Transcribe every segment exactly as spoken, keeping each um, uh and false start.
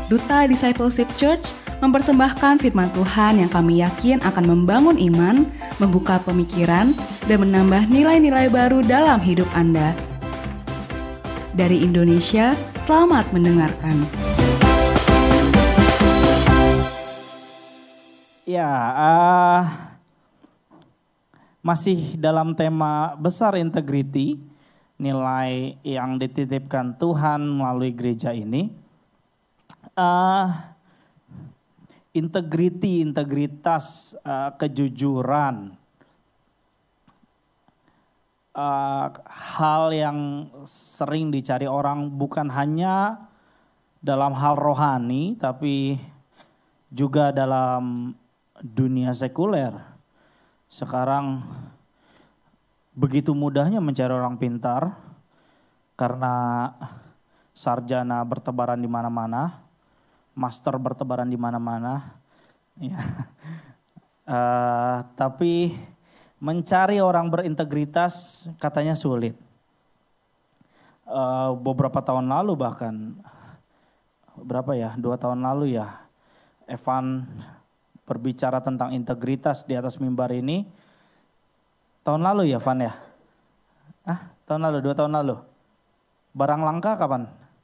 Duta Discipleship Church mempersembahkan firman Tuhan yang kami yakin akan membangun iman, membuka pemikiran, dan menambah nilai-nilai baru dalam hidup Anda. Dari Indonesia, selamat mendengarkan. Ya, uh, masih dalam tema besar integrity, nilai yang dititipkan Tuhan melalui gereja ini. Uh, integrity, integritas, uh, kejujuran, uh, hal yang sering dicari orang bukan hanya dalam hal rohani, tapi juga dalam dunia sekuler. Sekarang begitu mudahnya mencari orang pintar karena sarjana bertebaran di mana-mana. Master bertebaran di mana-mana, ya. uh, tapi mencari orang berintegritas katanya sulit. Uh, beberapa tahun lalu bahkan, berapa ya, dua tahun lalu ya, Evan berbicara tentang integritas di atas mimbar ini. Tahun lalu ya, Evan ya? Ah, tahun lalu, dua tahun lalu. Barang langka kapan?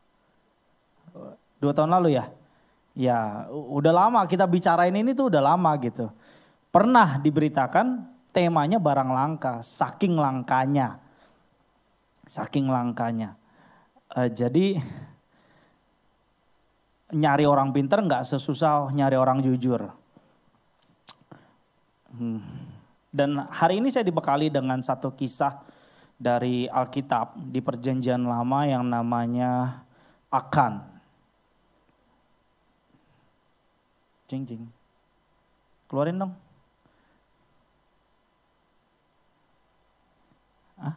Dua tahun lalu ya? Ya, udah lama kita bicarain ini tuh udah lama gitu. Pernah diberitakan temanya barang langka, saking langkanya. Saking langkanya. Uh, jadi nyari orang pinter gak sesusah nyari orang jujur. Hmm. Dan hari ini saya dibekali dengan satu kisah dari Alkitab di Perjanjian Lama yang namanya Akan. Jing jing. Keluarin dong. Ah?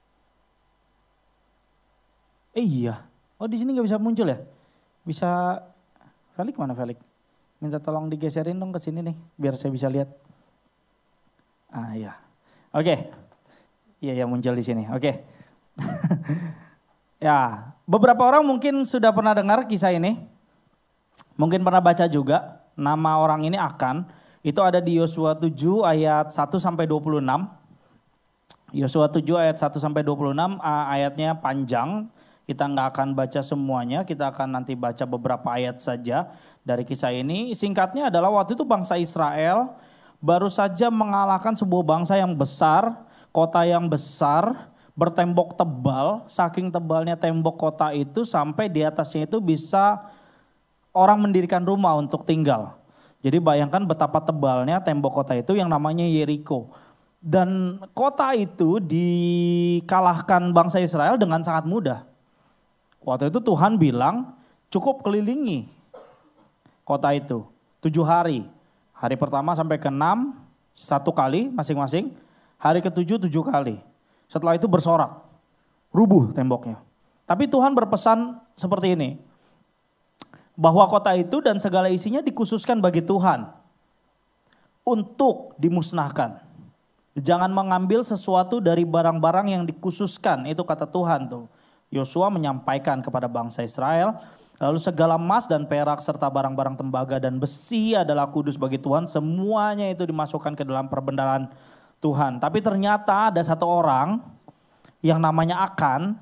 Eh iya. Oh di sini nggak bisa muncul ya? Bisa. Felix mana Felix? Minta tolong digeserin dong ke sini nih, biar saya bisa lihat. Ah iya. Oke. Okay. Iya ya muncul di sini. Oke. Okay. Ya, beberapa orang mungkin sudah pernah dengar kisah ini. Mungkin pernah baca juga. Nama orang ini Akan, itu ada di Yosua tujuh ayat satu sampai dua puluh enam. Yosua tujuh ayat satu sampai dua puluh enam, ayatnya panjang. Kita nggak akan baca semuanya, kita akan nanti baca beberapa ayat saja dari kisah ini. Singkatnya adalah waktu itu bangsa Israel baru saja mengalahkan sebuah bangsa yang besar, kota yang besar, bertembok tebal. Saking tebalnya tembok kota itu sampai di atasnya itu bisa orang mendirikan rumah untuk tinggal. Jadi bayangkan betapa tebalnya tembok kota itu yang namanya Yeriko. Dan kota itu dikalahkan bangsa Israel dengan sangat mudah. Waktu itu Tuhan bilang cukup kelilingi kota itu tujuh hari. Hari pertama sampai ke enam satu kali masing-masing. Hari ketujuh tujuh kali. Setelah itu bersorak, rubuh temboknya. Tapi Tuhan berpesan seperti ini. Bahwa kota itu dan segala isinya dikhususkan bagi Tuhan untuk dimusnahkan. Jangan mengambil sesuatu dari barang-barang yang dikhususkan, itu kata Tuhan tuh. Yosua menyampaikan kepada bangsa Israel, lalu segala emas dan perak serta barang-barang tembaga dan besi adalah kudus bagi Tuhan, semuanya itu dimasukkan ke dalam perbendaharaan Tuhan. Tapi ternyata ada satu orang yang namanya Akan,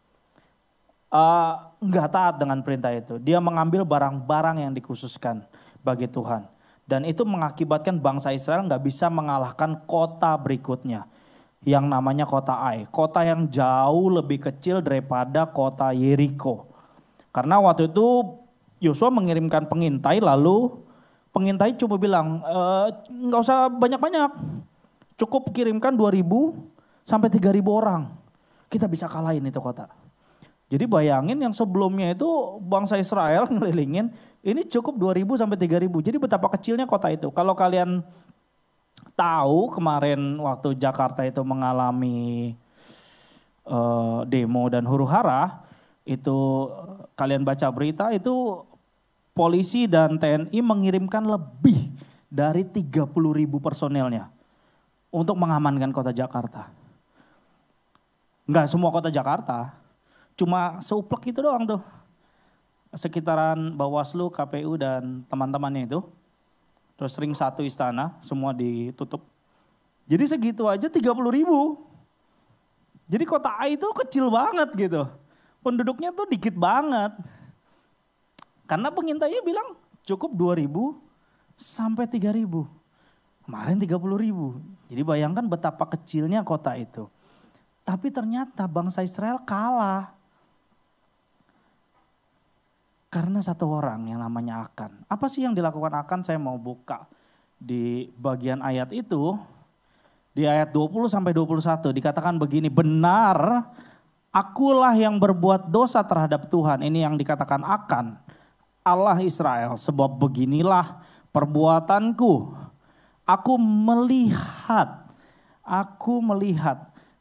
uh, nggak taat dengan perintah itu. Dia mengambil barang-barang yang dikhususkan bagi Tuhan. Dan itu mengakibatkan bangsa Israel nggak bisa mengalahkan kota berikutnya. Yang namanya kota Ai. Kota yang jauh lebih kecil daripada kota Yeriko. Karena waktu itu Yosua mengirimkan pengintai, lalu pengintai cuma bilang, e, nggak usah banyak-banyak. Cukup kirimkan dua ribu sampai tiga ribu orang. Kita bisa kalahin itu kota. Jadi bayangin yang sebelumnya itu bangsa Israel ngelilingin, ini cukup dua ribu sampai tiga ribu. Jadi betapa kecilnya kota itu. Kalau kalian tahu kemarin waktu Jakarta itu mengalami uh, demo dan huru-hara, itu kalian baca berita itu polisi dan T N I mengirimkan lebih dari tiga puluh ribu personelnya untuk mengamankan kota Jakarta. Enggak semua kota Jakarta. Cuma seuplek itu doang tuh. sekitaran Bawaslu, K P U dan teman-temannya itu. Terus ring satu istana, semua ditutup. Jadi segitu aja tiga puluh ribu. Jadi kota A itu kecil banget gitu. Penduduknya tuh dikit banget. Karena pengintainya bilang cukup dua ribu sampai tiga ribu. Kemarin tiga puluh ribu. Jadi bayangkan betapa kecilnya kota itu. Tapi ternyata bangsa Israel kalah. Karena satu orang yang namanya Akan. Apa sih yang dilakukan Akan? Saya mau buka di bagian ayat itu. Di ayat dua puluh sampai dua puluh satu dikatakan begini, benar akulah yang berbuat dosa terhadap Tuhan. Ini yang dikatakan Akan, Allah Israel. Sebab beginilah perbuatanku. Aku melihat, aku melihat.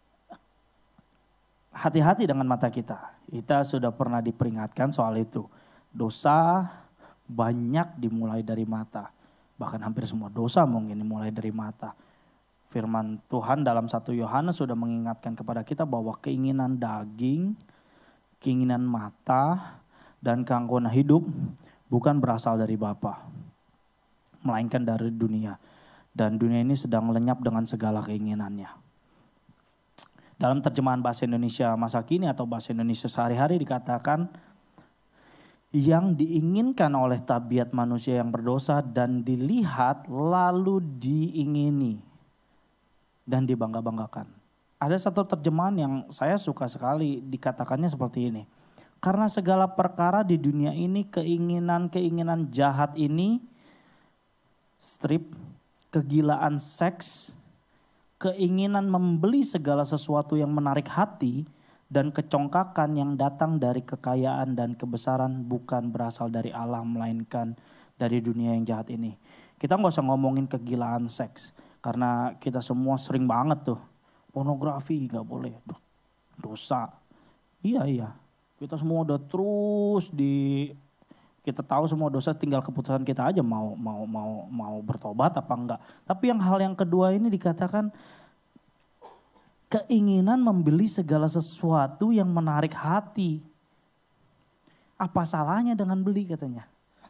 Hati-hati dengan mata kita. Kita sudah pernah diperingatkan soal itu. Dosa banyak dimulai dari mata. Bahkan hampir semua dosa mungkin dimulai dari mata. Firman Tuhan dalam satu Yohanes sudah mengingatkan kepada kita bahwa keinginan daging, keinginan mata, dan keangkuhan hidup bukan berasal dari Bapa, melainkan dari dunia. Dan dunia ini sedang lenyap dengan segala keinginannya. Dalam terjemahan bahasa Indonesia masa kini atau bahasa Indonesia sehari-hari dikatakan, yang diinginkan oleh tabiat manusia yang berdosa dan dilihat lalu diingini dan dibangga-banggakan. Ada satu terjemahan yang saya suka sekali dikatakannya seperti ini. Karena segala perkara di dunia ini, keinginan-keinginan jahat ini, strip, kegilaan seks, keinginan membeli segala sesuatu yang menarik hati, dan kecongkakan yang datang dari kekayaan dan kebesaran bukan berasal dari Allah melainkan dari dunia yang jahat ini. Kita nggak usah ngomongin kegilaan seks karena kita semua sering banget tuh pornografi nggak boleh, dosa. Iya iya, kita semua udah terus di kita tahu semua dosa, tinggal keputusan kita aja mau mau mau mau bertobat apa enggak. Tapi yang hal yang kedua ini dikatakan keinginan membeli segala sesuatu yang menarik hati. Apa salahnya dengan beli katanya?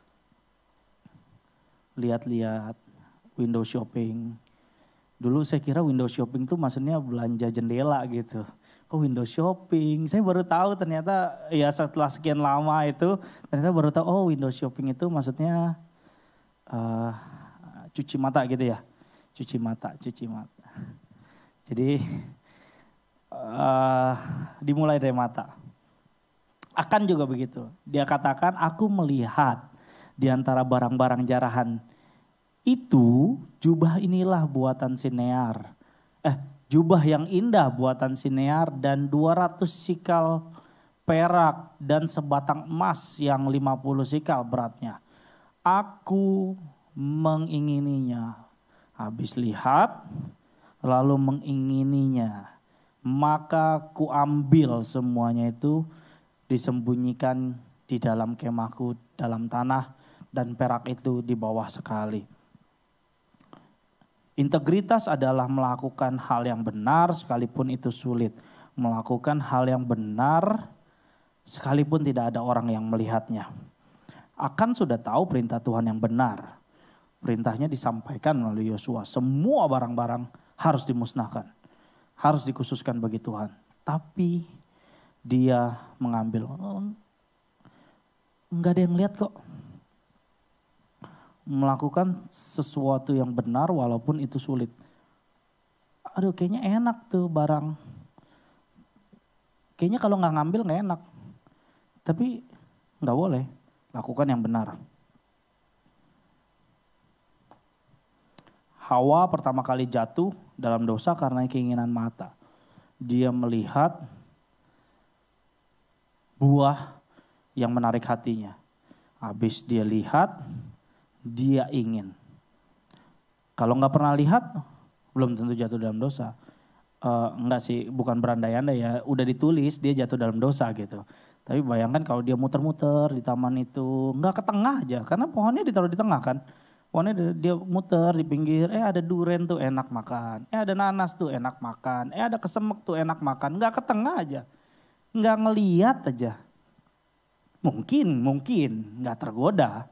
Lihat-lihat, window shopping. Dulu saya kira window shopping itu maksudnya belanja jendela gitu. Kok window shopping? Saya baru tahu ternyata ya setelah sekian lama itu ternyata baru tahu oh window shopping itu maksudnya uh, cuci mata gitu ya. Cuci mata, cuci mata. Jadi Uh, dimulai dari mata. Akan juga begitu. Dia katakan aku melihat di antara barang-barang jarahan itu jubah inilah buatan Sinear. Eh jubah yang indah buatan Sinear dan dua ratus sikal perak dan sebatang emas yang lima puluh sikal beratnya. Aku mengingininya. Habis lihat lalu mengingininya. Maka ku ambil semuanya itu disembunyikan di dalam kemahku dalam tanah dan perak itu di bawah sekali. Integritas adalah melakukan hal yang benar sekalipun itu sulit. Melakukan hal yang benar sekalipun tidak ada orang yang melihatnya. Akan sudah tahu perintah Tuhan yang benar. Perintahnya disampaikan melalui Yosua. Semua barang-barang harus dimusnahkan. Harus dikhususkan bagi Tuhan. Tapi dia mengambil. Enggak ada yang lihat kok. Melakukan sesuatu yang benar walaupun itu sulit. Aduh kayaknya enak tuh barang. Kayaknya kalau gak ngambil gak enak. Tapi gak boleh. Lakukan yang benar. Hawa pertama kali jatuh dalam dosa karena keinginan mata. Dia melihat buah yang menarik hatinya. Habis dia lihat, dia ingin. Kalau nggak pernah lihat, belum tentu jatuh dalam dosa. Uh, enggak sih, bukan berandai-andai ya. Udah ditulis dia jatuh dalam dosa gitu. Tapi bayangkan kalau dia muter-muter di taman itu, nggak ke tengah aja. Karena pohonnya ditaruh di tengah kan. Pohonnya dia muter di pinggir, eh ada duren tuh enak makan. Eh ada nanas tuh enak makan. Eh ada kesemek tuh enak makan. Nggak ke tengah aja. Nggak ngeliat aja. Mungkin, mungkin nggak tergoda.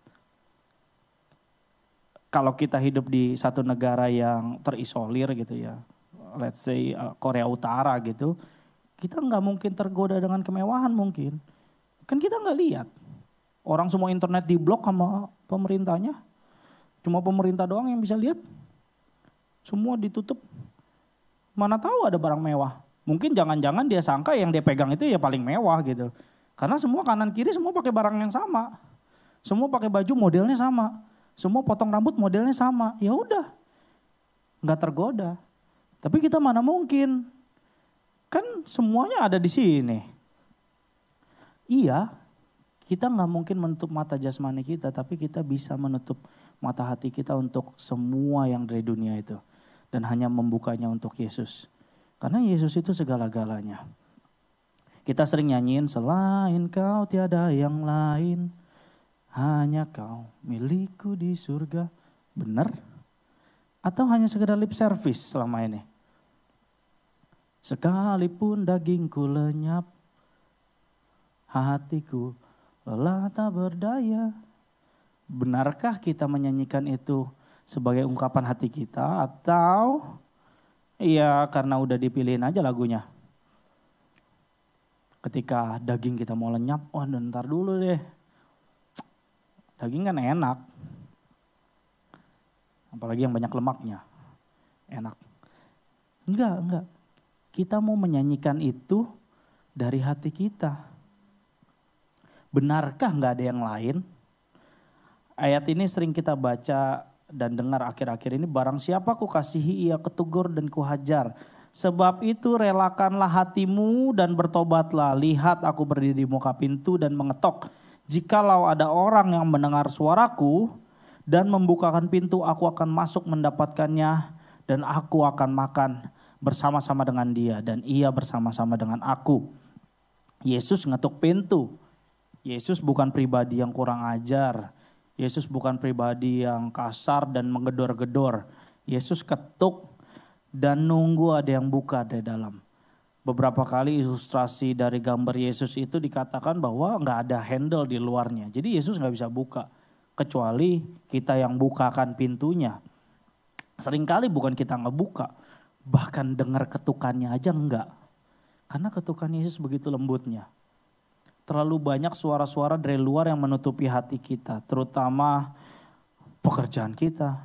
Kalau kita hidup di satu negara yang terisolir gitu ya, let's say uh, Korea Utara gitu, kita nggak mungkin tergoda dengan kemewahan mungkin. Kan kita nggak lihat. Orang semua internet diblok sama pemerintahnya. Cuma pemerintah doang yang bisa lihat. Semua ditutup. Mana tahu ada barang mewah. Mungkin jangan-jangan dia sangka yang dia pegang itu ya paling mewah gitu. Karena semua kanan kiri semua pakai barang yang sama. Semua pakai baju modelnya sama. Semua potong rambut modelnya sama. Ya udah. Nggak tergoda. Tapi kita mana mungkin. Kan semuanya ada di sini. Iya, kita nggak mungkin menutup mata jasmani kita. Tapi kita bisa menutup mata hati kita untuk semua yang dari dunia itu. Dan hanya membukanya untuk Yesus. Karena Yesus itu segala-galanya. Kita sering nyanyiin, selain kau tiada yang lain. Hanya kau milikku di surga. Benar? Atau hanya sekedar lip service selama ini? Sekalipun dagingku lenyap, hatiku lelah tak berdaya. Benarkah kita menyanyikan itu sebagai ungkapan hati kita? Atau iya karena udah dipilihin aja lagunya. Ketika daging kita mau lenyap, wah ntar dulu deh. Daging kan enak. Apalagi yang banyak lemaknya. Enak. Enggak, enggak. Kita mau menyanyikan itu dari hati kita. Benarkah enggak ada yang lain? Ayat ini sering kita baca dan dengar akhir-akhir ini. Barang siapa ku kasihi ia ketugur dan ku hajar. Sebab itu relakanlah hatimu dan bertobatlah. Lihat aku berdiri di muka pintu dan mengetok. Jikalau ada orang yang mendengar suaraku dan membukakan pintu, aku akan masuk mendapatkannya dan aku akan makan bersama-sama dengan dia dan ia bersama-sama dengan aku. Yesus ngetuk pintu. Yesus bukan pribadi yang kurang ajar. Yesus bukan pribadi yang kasar dan menggedor-gedor. Yesus ketuk dan nunggu ada yang buka dari dalam. Beberapa kali ilustrasi dari gambar Yesus itu dikatakan bahwa nggak ada handle di luarnya. Jadi Yesus nggak bisa buka. Kecuali kita yang bukakan pintunya. Seringkali bukan kita ngebuka. Bahkan dengar ketukannya aja enggak. Karena ketukan Yesus begitu lembutnya. Terlalu banyak suara-suara dari luar yang menutupi hati kita. Terutama pekerjaan kita.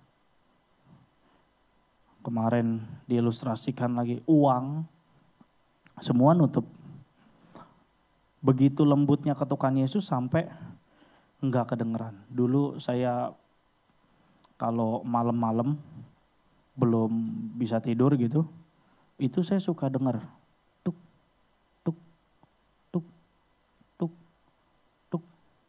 Kemarin diilustrasikan lagi uang. Semua nutup. Begitu lembutnya ketukan Yesus sampai enggak kedengeran. Dulu saya kalau malam-malam belum bisa tidur gitu. Itu saya suka dengar. Tuk, tuk, tuk, tuk, tuk.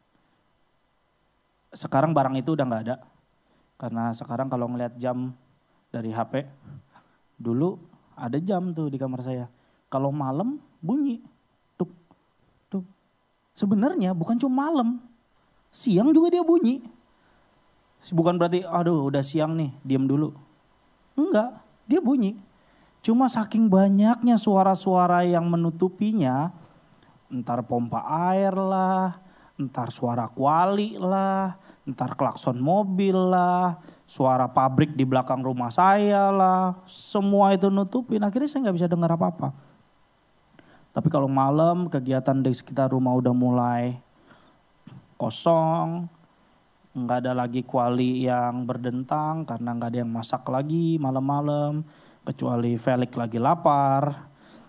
Sekarang barang itu udah gak ada. Karena sekarang kalau ngeliat jam dari H P. Dulu ada jam tuh di kamar saya. Kalau malam bunyi. Tuk, tuk. Sebenarnya bukan cuma malam. Siang juga dia bunyi. Bukan berarti aduh udah siang nih diam dulu. Enggak, dia bunyi. Cuma saking banyaknya suara-suara yang menutupinya. Entar pompa air lah. Entar suara kuali lah. Entar klakson mobil lah. Suara pabrik di belakang rumah saya lah. Semua itu nutupin. Akhirnya saya gak bisa dengar apa-apa. Tapi kalau malam kegiatan di sekitar rumah udah mulai kosong. Nggak ada lagi kuali yang berdentang karena nggak ada yang masak lagi malam-malam. Kecuali Felix lagi lapar.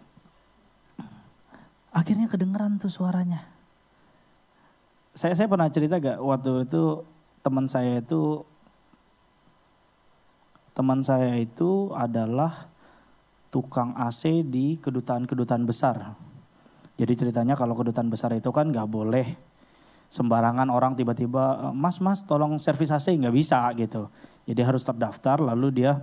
Akhirnya kedengeran tuh suaranya. Saya saya pernah cerita gak waktu itu teman saya itu. Teman saya itu adalah tukang A C di kedutaan-kedutaan besar. Jadi ceritanya kalau kedutaan besar itu kan gak boleh sembarangan orang tiba-tiba, mas mas tolong servis A C, gak bisa gitu. Jadi harus terdaftar lalu dia,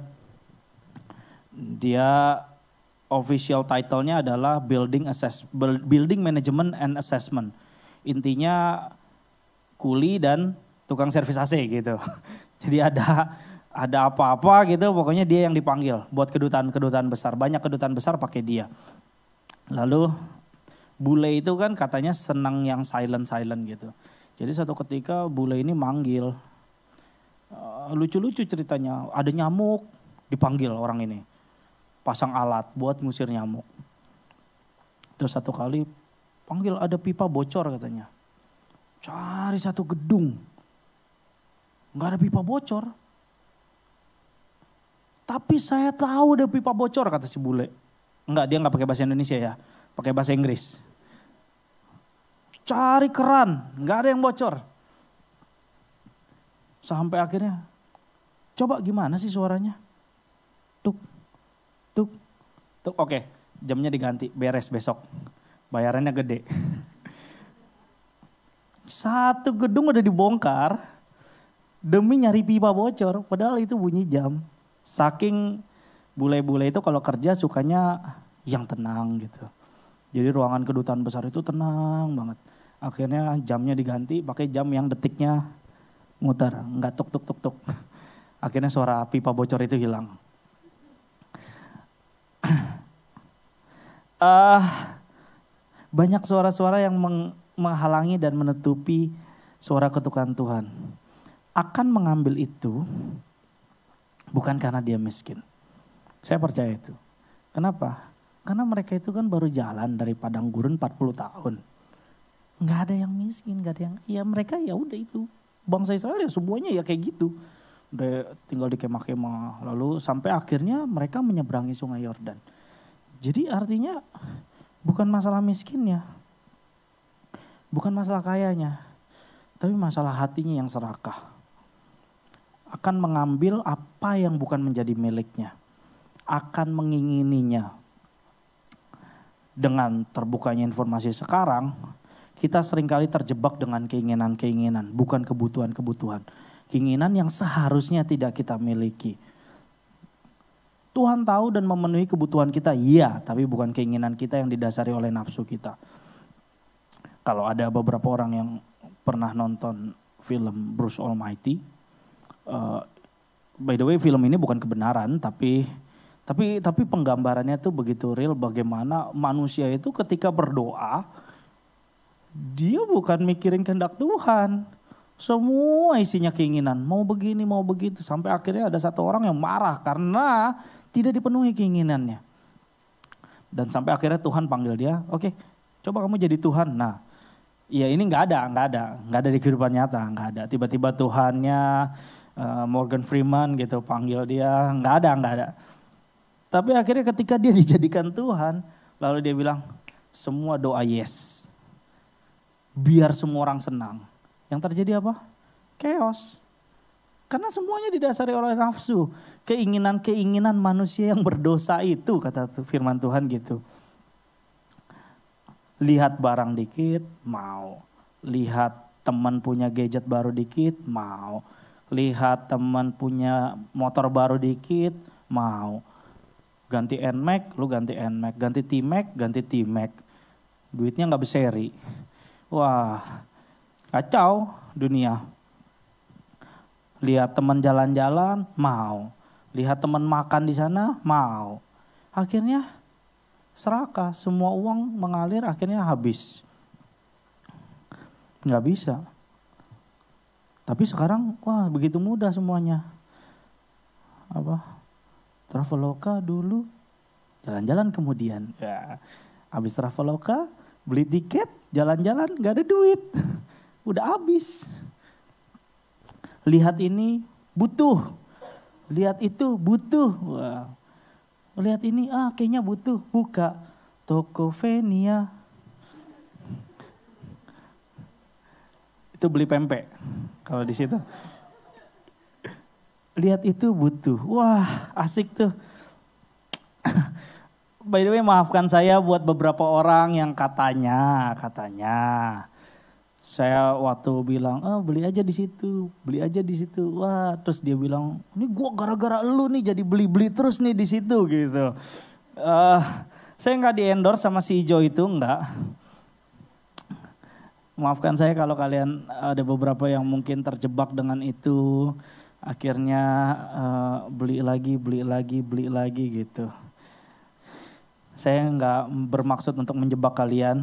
dia official title-nya adalah building assess, building management and assessment. Intinya kuli dan tukang servis A C gitu. Jadi ada... Ada apa-apa gitu, pokoknya dia yang dipanggil buat kedutaan-kedutaan besar. Banyak kedutaan besar pakai dia. Lalu Bule itu kan katanya senang yang silent-silent gitu. Jadi satu ketika bule ini manggil, uh, lucu-lucu ceritanya, ada nyamuk, dipanggil orang ini. Pasang alat buat ngusir nyamuk. Terus satu kali panggil ada pipa bocor katanya. Cari satu gedung, gak ada pipa bocor. Tapi saya tahu ada pipa bocor kata si bule. Enggak, dia gak pakai bahasa Indonesia ya, pakai bahasa Inggris. Cari keran, gak ada yang bocor. Sampai akhirnya, coba gimana sih suaranya? Tuk, tuk, tuk. Oke, jamnya diganti, beres besok. Bayarannya gede. Satu gedung udah dibongkar demi nyari pipa bocor, padahal itu bunyi jam. Saking bule-bule itu kalau kerja sukanya yang tenang gitu. Jadi ruangan kedutaan besar itu tenang banget. Akhirnya jamnya diganti pakai jam yang detiknya muter, nggak tuk tuk tuk tuk. Akhirnya suara pipa bocor itu hilang. uh, banyak suara-suara yang meng, menghalangi dan menutupi suara ketukan Tuhan. Akan mengambil itu bukan karena dia miskin. Saya percaya itu. Kenapa? Karena mereka itu kan baru jalan dari padang gurun empat puluh tahun. Nggak ada yang miskin, nggak ada yang, ya mereka ya udah itu. Bangsa Israel ya semuanya ya kayak gitu. Udah tinggal di kemah-kemah. Lalu sampai akhirnya mereka menyeberangi sungai Yordan. Jadi artinya bukan masalah miskinnya. Bukan masalah kayanya. Tapi masalah hatinya yang serakah. Akan mengambil apa yang bukan menjadi miliknya. Akan mengingininya. Dengan terbukanya informasi sekarang, kita seringkali terjebak dengan keinginan-keinginan, bukan kebutuhan-kebutuhan. Keinginan yang seharusnya tidak kita miliki. Tuhan tahu dan memenuhi kebutuhan kita, iya, tapi bukan keinginan kita yang didasari oleh nafsu kita. Kalau ada beberapa orang yang pernah nonton film Bruce Almighty, uh, by the way film ini bukan kebenaran, tapi tapi tapi penggambarannya tuh begitu real bagaimana manusia itu ketika berdoa, dia bukan mikirin kehendak Tuhan. Semua isinya keinginan, mau begini, mau begitu. Sampai akhirnya ada satu orang yang marah karena tidak dipenuhi keinginannya. Dan sampai akhirnya Tuhan panggil dia, oke, okay, coba kamu jadi Tuhan. Nah, ya ini nggak ada, nggak ada, nggak ada di kehidupan nyata, nggak ada. Tiba-tiba Tuhannya uh, Morgan Freeman gitu panggil dia, nggak ada, nggak ada. Tapi akhirnya ketika dia dijadikan Tuhan, lalu dia bilang, semua doa yes. Biar semua orang senang. Yang terjadi apa? Chaos. Karena semuanya didasari oleh nafsu. Keinginan-keinginan manusia yang berdosa itu, kata firman Tuhan gitu. Lihat barang dikit, mau. Lihat teman punya gadget baru dikit, mau. Lihat teman punya motor baru dikit, mau. Ganti N Max, lu ganti N Max. Ganti T-Max, ganti T-Max. Duitnya gak berseri. Wah, kacau dunia. Lihat teman jalan-jalan, mau. Lihat teman makan di sana, mau. Akhirnya serakah, semua uang mengalir, akhirnya habis. Nggak bisa. Tapi sekarang, wah begitu mudah semuanya. Apa? Traveloka dulu, jalan-jalan kemudian. Ya, habis Traveloka, beli tiket, jalan-jalan, nggak ada duit. Udah habis. Lihat ini butuh. Lihat itu butuh. Wah. Lihat ini ah kayaknya butuh. Buka Tokopedia. Itu beli pempek kalau di situ. Lihat itu butuh. Wah, asik tuh. By the way, maafkan saya buat beberapa orang yang katanya, katanya saya waktu bilang, oh, beli aja di situ, beli aja di situ. Wah, terus dia bilang, ini gua gara-gara lu nih jadi beli-beli terus nih di situ gitu. Uh, saya nggak di-endorse sama si Ijo itu, enggak. Maafkan saya kalau kalian ada beberapa yang mungkin terjebak dengan itu. Akhirnya uh, beli lagi, beli lagi, beli lagi gitu. Saya nggak bermaksud untuk menjebak kalian.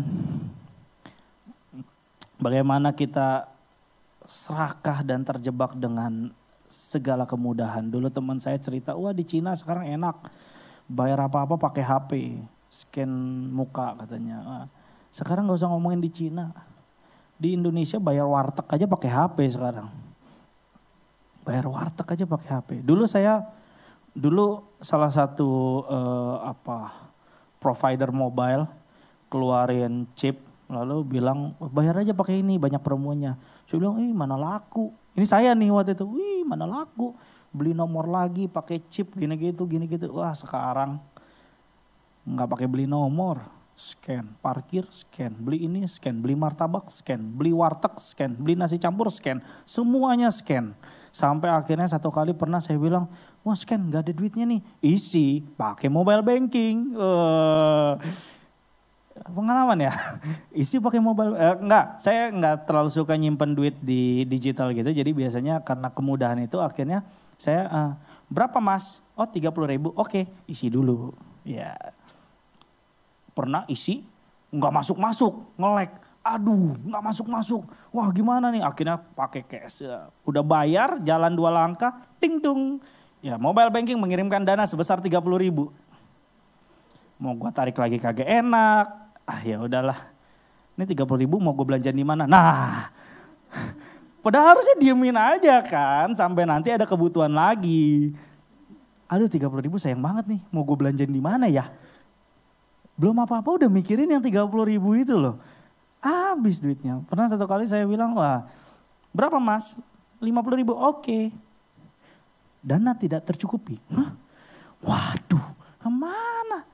Bagaimana kita serakah dan terjebak dengan segala kemudahan. Dulu teman saya cerita, wah di Cina sekarang enak. Bayar apa-apa pakai H P, scan muka katanya. Wah, sekarang gak usah ngomongin di Cina. Di Indonesia bayar warteg aja pakai H P sekarang. Bayar warteg aja pakai H P. Dulu saya, dulu salah satu uh, apa provider mobile keluarin chip, lalu bilang bayar aja pakai ini banyak promonya. Saya bilang, ih mana laku. Ini saya nih waktu itu, wih mana laku. Beli nomor lagi pakai chip gini gitu, gini gitu. Wah sekarang nggak pakai beli nomor, scan, parkir, scan, beli ini, scan, beli martabak, scan, beli warteg, scan, beli nasi campur, scan, semuanya scan. Sampai akhirnya satu kali pernah saya bilang, wah scan nggak ada duitnya nih, isi pakai mobile banking. Uh, pengalaman ya, isi pakai mobile, eh, enggak, saya nggak terlalu suka nyimpen duit di digital gitu. Jadi biasanya karena kemudahan itu akhirnya saya, uh, berapa mas? Oh tiga puluh ribu, oke isi dulu. Ya. Pernah isi, nggak masuk-masuk, nge-lag. Aduh, nggak masuk-masuk. Wah gimana nih? Akhirnya pakai cash. Ya. Udah bayar, jalan dua langkah, ting dung. Ya mobile banking mengirimkan dana sebesar tiga puluh ribu. Mau gue tarik lagi kagak enak. Ah ya udahlah. Ini tiga puluh ribu mau gue belanja di mana? Nah, padahal harusnya diemin aja kan sampai nanti ada kebutuhan lagi. Aduh tiga puluh ribu sayang banget nih. Mau gue belanjain di mana ya? Belum apa-apa udah mikirin yang tiga puluh ribu itu loh. Habis duitnya. Pernah satu kali saya bilang, wah berapa mas? lima puluh ribu, oke. Dana tidak tercukupi. Hah? Waduh, kemana?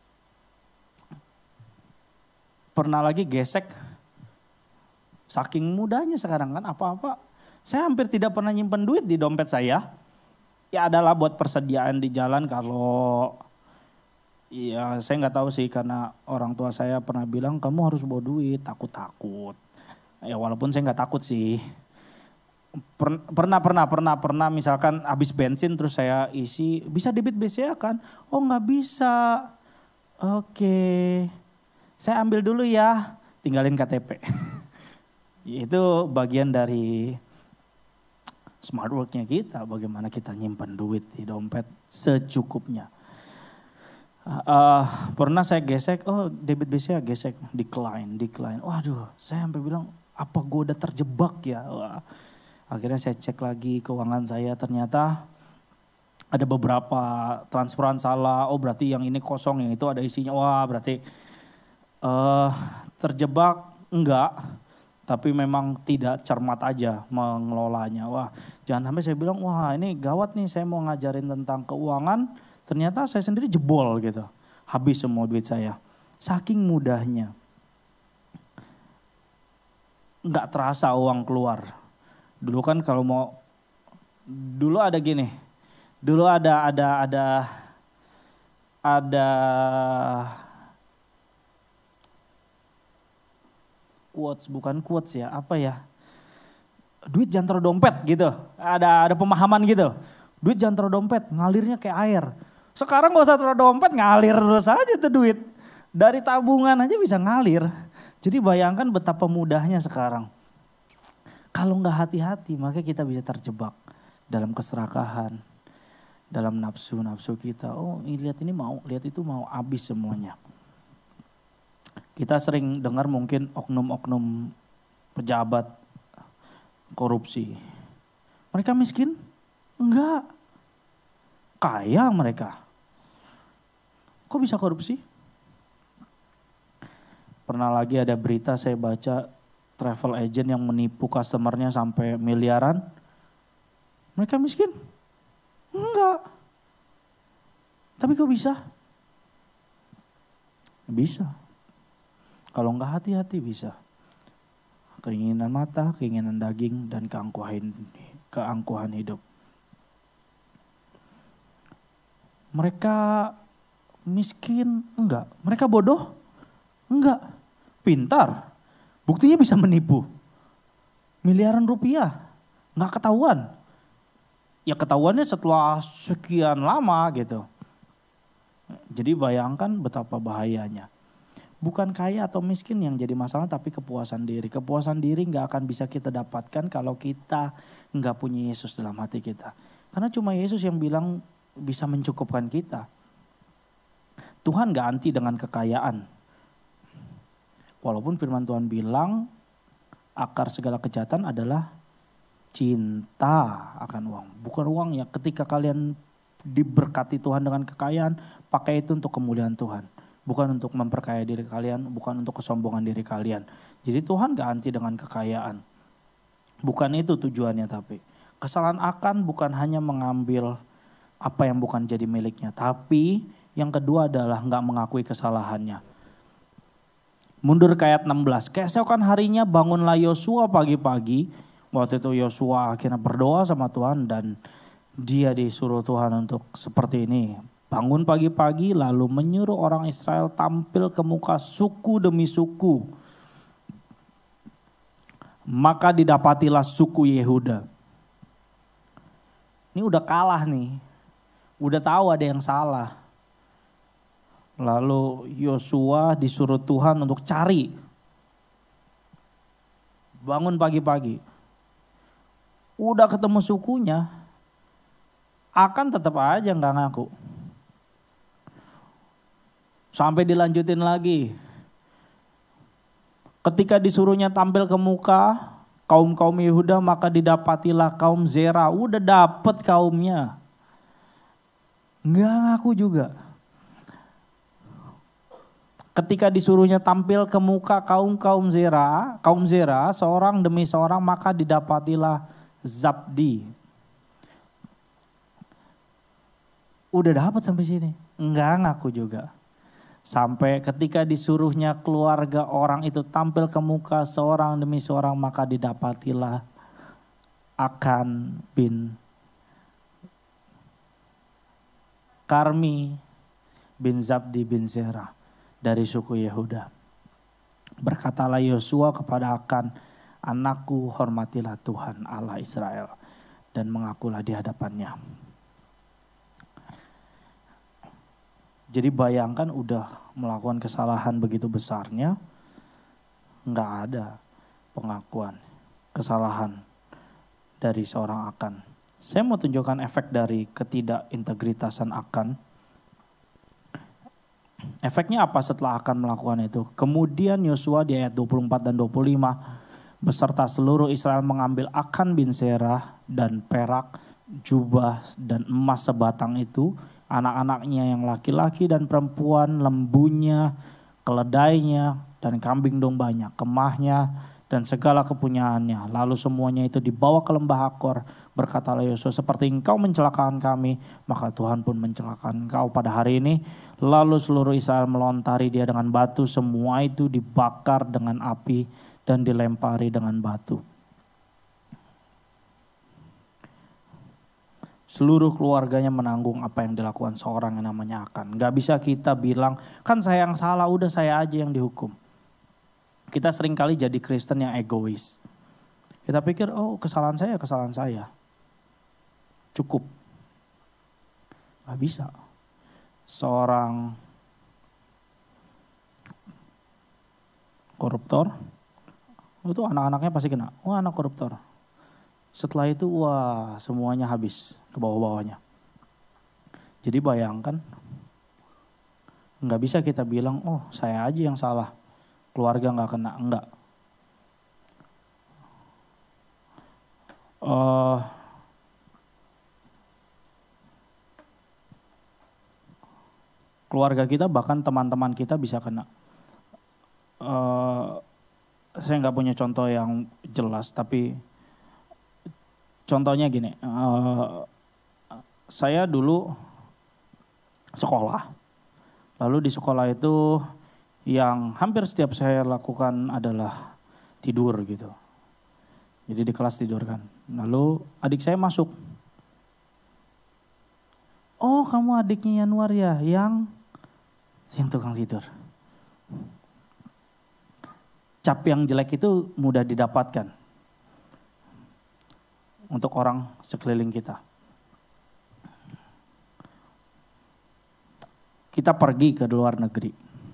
Pernah lagi gesek. Saking mudahnya sekarang kan apa-apa. Saya hampir tidak pernah nyimpen duit di dompet saya. Ya adalah buat persediaan di jalan kalau... Iya, saya nggak tahu sih karena orang tua saya pernah bilang kamu harus bawa duit, takut-takut. Ya walaupun saya nggak takut sih. Pernah, pernah, pernah, pernah misalkan habis bensin terus saya isi, bisa debit B C A kan? Oh nggak bisa. Oke, saya ambil dulu ya, tinggalin K T P. Itu bagian dari smart work-nya kita, bagaimana kita nyimpan duit di dompet secukupnya. Uh, pernah saya gesek, oh debit B C A gesek, decline, decline. Waduh, saya sampai bilang, apa gue udah terjebak ya? Wah. Akhirnya saya cek lagi keuangan saya, ternyata ada beberapa transferan salah. Oh berarti yang ini kosong, yang itu ada isinya. Wah berarti uh, terjebak enggak, tapi memang tidak cermat aja mengelolanya. Wah jangan sampai saya bilang, wah ini gawat nih saya mau ngajarin tentang keuangan. Ternyata saya sendiri jebol gitu. Habis semua duit saya. Saking mudahnya. Nggak terasa uang keluar. Dulu kan kalau mau, dulu ada gini. Dulu ada, ada, ada, ada quotes, bukan quotes ya, apa ya. Duit jangan taruh dompet gitu. Ada, ada pemahaman gitu. Duit jangan taruh dompet, ngalirnya kayak air. Sekarang gak usah taruh dompet, ngalir terus aja tuh duit. Dari tabungan aja bisa ngalir. Jadi bayangkan betapa mudahnya sekarang. Kalau gak hati-hati maka kita bisa terjebak dalam keserakahan. Dalam nafsu-nafsu kita. Oh lihat ini mau, lihat itu mau, habis semuanya. Kita sering dengar mungkin oknum-oknum pejabat korupsi. Mereka miskin? Enggak. Kaya mereka. Kok bisa korupsi? Pernah lagi ada berita saya baca travel agent yang menipu customernya sampai miliaran. Mereka miskin? Enggak. Tapi kok bisa? Bisa. Kalau enggak hati-hati bisa. Keinginan mata, keinginan daging, dan keangkuhan, keangkuhan hidup. Mereka miskin? Enggak. Mereka bodoh? Enggak. Pintar? Buktinya bisa menipu. Miliaran rupiah. Enggak ketahuan. Ya ketahuannya setelah sekian lama gitu. Jadi bayangkan betapa bahayanya. Bukan kaya atau miskin yang jadi masalah, tapi kepuasan diri. Kepuasan diri gak akan bisa kita dapatkan kalau kita gak punya Yesus dalam hati kita. Karena cuma Yesus yang bilang bisa mencukupkan kita. Tuhan gak anti dengan kekayaan. Walaupun firman Tuhan bilang akar segala kejahatan adalah cinta akan uang. Bukan uang ya, ketika kalian diberkati Tuhan dengan kekayaan, pakai itu untuk kemuliaan Tuhan. Bukan untuk memperkaya diri kalian, bukan untuk kesombongan diri kalian. Jadi Tuhan gak anti dengan kekayaan. Bukan itu tujuannya, tapi kesalahan akan bukan hanya mengambil apa yang bukan jadi miliknya. Tapi yang kedua adalah gak mengakui kesalahannya. Mundur ke ayat enam belas. Keesokan harinya bangunlah Yosua pagi-pagi. Waktu itu Yosua akhirnya berdoa sama Tuhan dan dia disuruh Tuhan untuk seperti ini. Bangun pagi-pagi lalu menyuruh orang Israel tampil ke muka suku demi suku. Maka didapatilah suku Yehuda. Ini udah kalah nih. Udah tahu ada yang salah. Lalu Yosua disuruh Tuhan untuk cari. Bangun pagi-pagi. Udah ketemu sukunya. Akan tetap aja gak ngaku. Sampai dilanjutin lagi. Ketika disuruhnya tampil ke muka kaum-kaum Yehuda, maka didapatilah kaum Zera. Udah dapet kaumnya. Gak ngaku juga. Ketika disuruhnya tampil ke muka kaum-kaum Zera, kaum Zera seorang demi seorang, maka didapatilah Zabdi. Udah dapat sampai sini. Enggak ngaku juga. Sampai ketika disuruhnya keluarga orang itu tampil ke muka seorang demi seorang, maka didapatilah Akan bin Karmi bin Zabdi bin Zera dari suku Yehuda. Berkatalah Yosua kepada Akan, anakku, hormatilah Tuhan Allah Israel dan mengakulah di hadapannya. Jadi bayangkan udah melakukan kesalahan begitu besarnya, nggak ada pengakuan kesalahan dari seorang Akan. Saya mau tunjukkan efek dari ketidakintegritasan Akan. Efeknya apa setelah Akan melakukan itu? Kemudian Yosua di ayat dua puluh empat dan dua puluh lima beserta seluruh Israel mengambil Akan bin Zerah dan perak, jubah dan emas sebatang itu, anak-anaknya yang laki-laki dan perempuan, lembunya, keledainya dan kambing dombanya, kemahnya dan segala kepunyaannya. Lalu semuanya itu dibawa ke lembah Akor. Berkatalah Yosua, seperti engkau mencelakakan kami, maka Tuhan pun mencelakakan engkau pada hari ini. Lalu seluruh Israel melontari dia dengan batu, semua itu dibakar dengan api dan dilempari dengan batu. Seluruh keluarganya menanggung apa yang dilakukan seorang yang namanya Akan. Gak bisa kita bilang, kan saya yang salah, udah saya aja yang dihukum. Kita seringkali jadi Kristen yang egois. Kita pikir, oh kesalahan saya, kesalahan saya. Cukup. Gak bisa. Seorang koruptor, itu anak-anaknya pasti kena. Wah, anak koruptor. Setelah itu, wah semuanya habis ke bawah-bawahnya. Jadi bayangkan, gak bisa kita bilang, oh saya aja yang salah. Keluarga gak kena, enggak. Uh, keluarga kita bahkan teman-teman kita bisa kena. Uh, saya gak punya contoh yang jelas, tapi contohnya gini, uh, saya dulu sekolah, lalu di sekolah itu yang hampir setiap saya lakukan adalah tidur gitu. Jadi di kelas tidur kan. Lalu adik saya masuk. Oh kamu adiknya Yanuar ya, yang yang tukang tidur. Cap yang jelek itu mudah didapatkan untuk orang sekeliling kita. kita pergi ke luar negeri.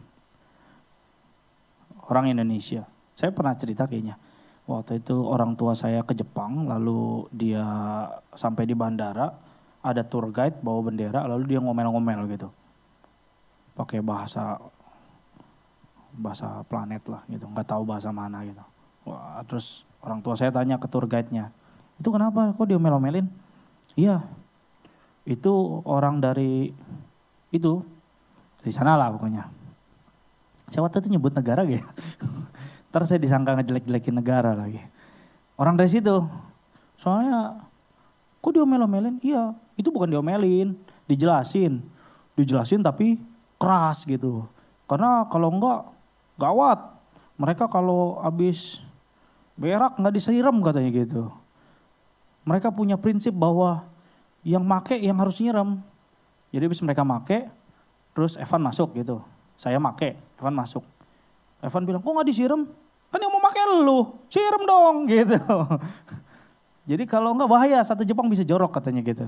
Orang Indonesia. Saya pernah cerita kayaknya. Waktu itu orang tua saya ke Jepang, lalu dia sampai di bandara, ada tour guide bawa bendera, lalu dia ngomel-ngomel gitu. Pakai bahasa bahasa planet lah gitu, nggak tahu bahasa mana gitu. Wah, terus orang tua saya tanya ke tour guide-nya, itu kenapa kok dia omel-omelin? Iya, itu orang dari itu, di sana lah pokoknya. Saya waktu itu nyebut negara gitu. Ntar saya disangka ngejelek-jelekin negara lagi. Orang dari situ, soalnya kok diomel-omelin? Iya, itu bukan diomelin, dijelasin. Dijelasin tapi keras gitu. Karena kalau enggak, gawat. Mereka kalau habis berak nggak disiram katanya gitu. Mereka punya prinsip bahwa yang make yang harus nyiram. Jadi habis mereka make, terus Evan masuk gitu. Saya make, Evan masuk. Evan bilang, kok nggak disiram? Kan yang mau make lu, siram dong gitu. Jadi kalau nggak bahaya, satu Jepang bisa jorok katanya gitu.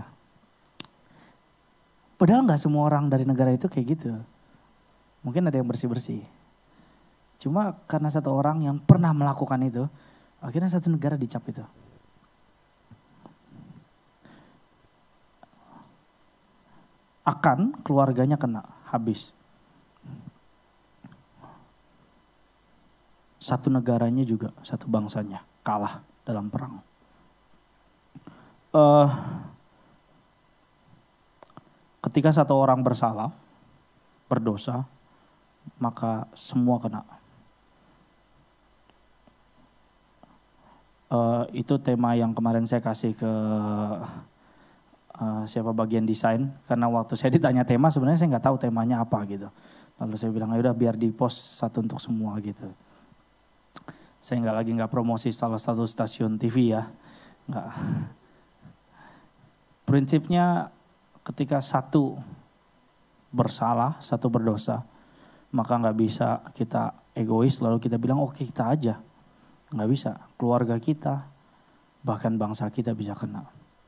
Padahal nggak semua orang dari negara itu kayak gitu. Mungkin ada yang bersih-bersih. Cuma karena satu orang yang pernah melakukan itu, akhirnya satu negara dicap itu. Akan keluarganya kena, habis. Satu negaranya juga, satu bangsanya kalah dalam perang. Uh, ketika satu orang bersalah, berdosa, maka semua kena. Uh, itu tema yang kemarin saya kasih ke uh, siapa bagian desain. Karena waktu saya ditanya tema sebenarnya saya nggak tahu temanya apa gitu. Lalu saya bilang ya udah biar di post satu untuk semua gitu. Saya nggak lagi nggak promosi salah satu stasiun T V ya, nggak. Prinsipnya ketika satu bersalah, satu berdosa, maka nggak bisa kita egois lalu kita bilang oke kita aja, nggak bisa. Keluarga kita, bahkan bangsa kita bisa kena.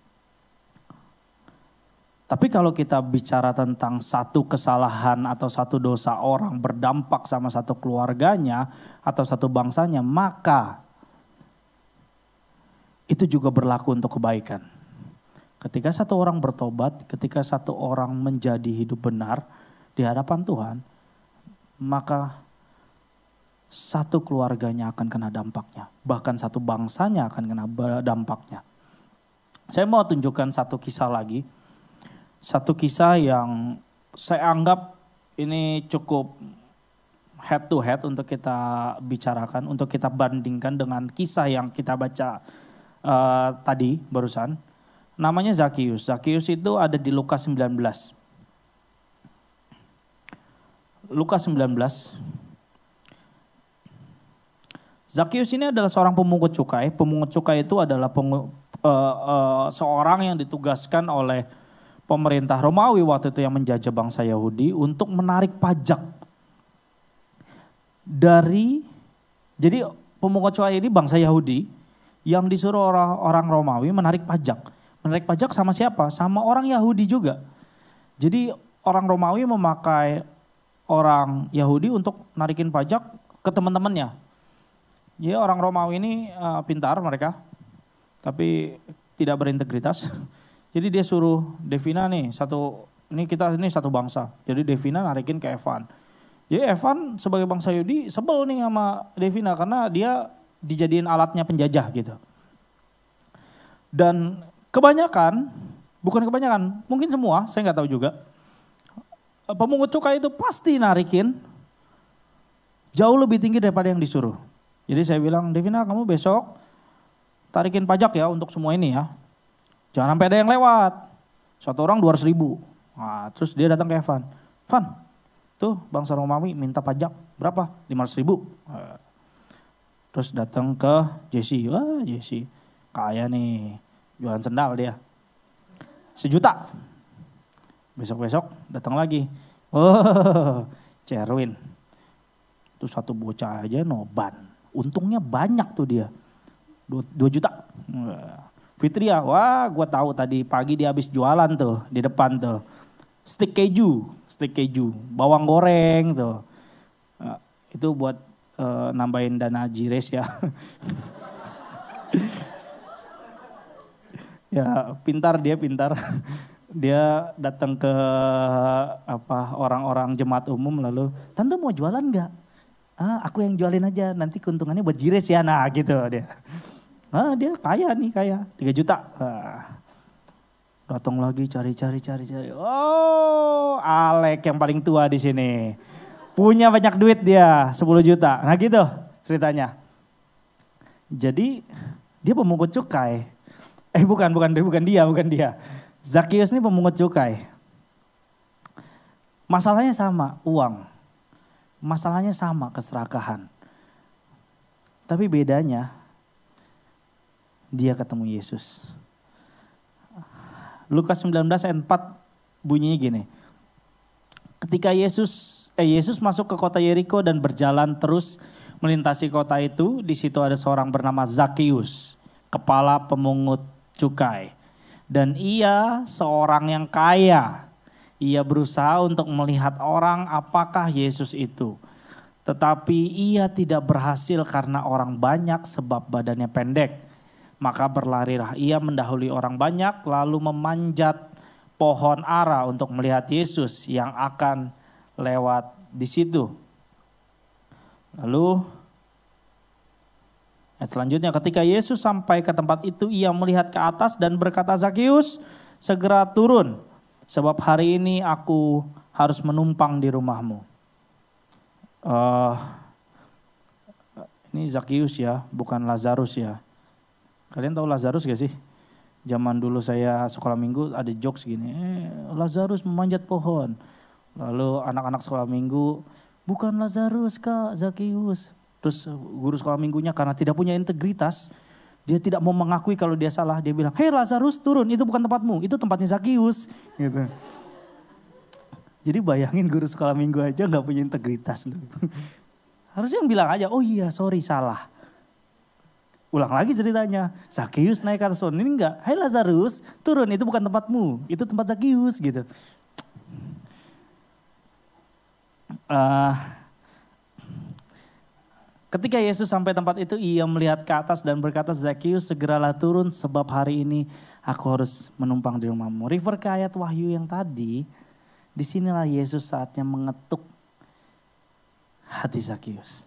Tapi kalau kita bicara tentang satu kesalahan atau satu dosa orang berdampak sama satu keluarganya atau satu bangsanya, maka itu juga berlaku untuk kebaikan. Ketika satu orang bertobat, ketika satu orang menjadi hidup benar di hadapan Tuhan, maka satu keluarganya akan kena dampaknya. Bahkan satu bangsanya akan kena dampaknya. Saya mau tunjukkan satu kisah lagi. Satu kisah yang saya anggap ini cukup head to head untuk kita bicarakan, untuk kita bandingkan dengan kisah yang kita baca uh, tadi barusan. Namanya Zakheus. Zakheus itu ada di Lukas sembilan belas. Lukas sembilan belas. Zakheus ini adalah seorang pemungut cukai. Pemungut cukai itu adalah pengu, uh, uh, seorang yang ditugaskan oleh pemerintah Romawi waktu itu yang menjajah bangsa Yahudi untuk menarik pajak dari, jadi pemungut cukai ini bangsa Yahudi yang disuruh orang-orang Romawi menarik pajak. Menarik pajak sama siapa? Sama orang Yahudi juga. Jadi orang Romawi memakai orang Yahudi untuk narikin pajak ke teman-temannya. Jadi orang Romawi ini uh, pintar mereka, tapi tidak berintegritas. Jadi dia suruh Devina nih, satu ini kita ini satu bangsa. Jadi Devina narikin ke Evan. Jadi Evan sebagai bangsa Yahudi sebel nih sama Devina karena dia dijadiin alatnya penjajah gitu. Dan kebanyakan, bukan kebanyakan, mungkin semua, saya nggak tahu juga. Pemungut cukai itu pasti narikin jauh lebih tinggi daripada yang disuruh. Jadi saya bilang, Devina kamu besok tarikin pajak ya untuk semua ini ya. Jangan sampai ada yang lewat. Satu orang dua ratus ribu. Nah, terus dia datang ke Evan. Evan, tuh bangsa Romawi minta pajak berapa? lima ratus ribu. Nah, terus datang ke Jesse. Wah Jesse, kaya nih. Jualan sendal dia. Sejuta. Besok-besok datang lagi. Oh, Cerwin. Tuh satu bocah aja noban. Untungnya banyak tuh dia. Dua juta. Nah, Fitria, wah gue tahu tadi pagi dia habis jualan tuh di depan tuh. stik keju, stik keju, bawang goreng tuh. Nah, itu buat uh, nambahin dana Jires ya. Ya pintar dia pintar. Dia datang ke apa orang-orang jemaat umum lalu, tante mau jualan nggak? Ah, aku yang jualin aja, nanti keuntungannya buat Jires ya, nah gitu dia. Ah, dia kaya nih kaya, tiga juta. Ah, datang lagi cari-cari cari-cari. Oh, Alek yang paling tua di sini, punya banyak duit dia, sepuluh juta. Nah gitu ceritanya. Jadi dia pemungut cukai. Eh bukan bukan bukan dia bukan dia. Zakius ini pemungut cukai. Masalahnya sama, uang. Masalahnya sama, keserakahan. Tapi bedanya, dia ketemu Yesus. Lukas sembilan belas ayat empat bunyinya gini. Ketika Yesus, eh Yesus masuk ke kota Yeriko dan berjalan terus melintasi kota itu, di situ ada seorang bernama Zakius, kepala pemungut cukai. Dan ia seorang yang kaya. Ia berusaha untuk melihat orang apakah Yesus itu. Tetapi ia tidak berhasil karena orang banyak sebab badannya pendek. Maka berlarilah ia mendahului orang banyak lalu memanjat pohon ara untuk melihat Yesus yang akan lewat di situ. Lalu ayat selanjutnya, ketika Yesus sampai ke tempat itu, ia melihat ke atas dan berkata, Zakius, segera turun, sebab hari ini aku harus menumpang di rumahmu. Uh, ini Zakius ya, bukan Lazarus ya. Kalian tahu Lazarus gak sih? Zaman dulu saya sekolah minggu ada jokes gini, eh, Lazarus memanjat pohon. Lalu anak-anak sekolah minggu, bukan Lazarus kak, Zakius. Terus guru sekolah minggunya karena tidak punya integritas, dia tidak mau mengakui kalau dia salah. Dia bilang, hei Lazarus turun, itu bukan tempatmu, itu tempatnya Zakius. Gitu. Jadi bayangin guru sekolah minggu aja gak punya integritas. Harusnya yang bilang aja, oh iya sorry salah. Ulang lagi ceritanya, Zakius naik ke atas pohon, ini enggak. Hei Lazarus turun, itu bukan tempatmu, itu tempat Zakius gitu. Uh, Ketika Yesus sampai tempat itu, ia melihat ke atas dan berkata, Zakius segeralah turun sebab hari ini aku harus menumpang di rumahmu. Refer ke ayat Wahyu yang tadi, disinilah Yesus saatnya mengetuk hati Zakius.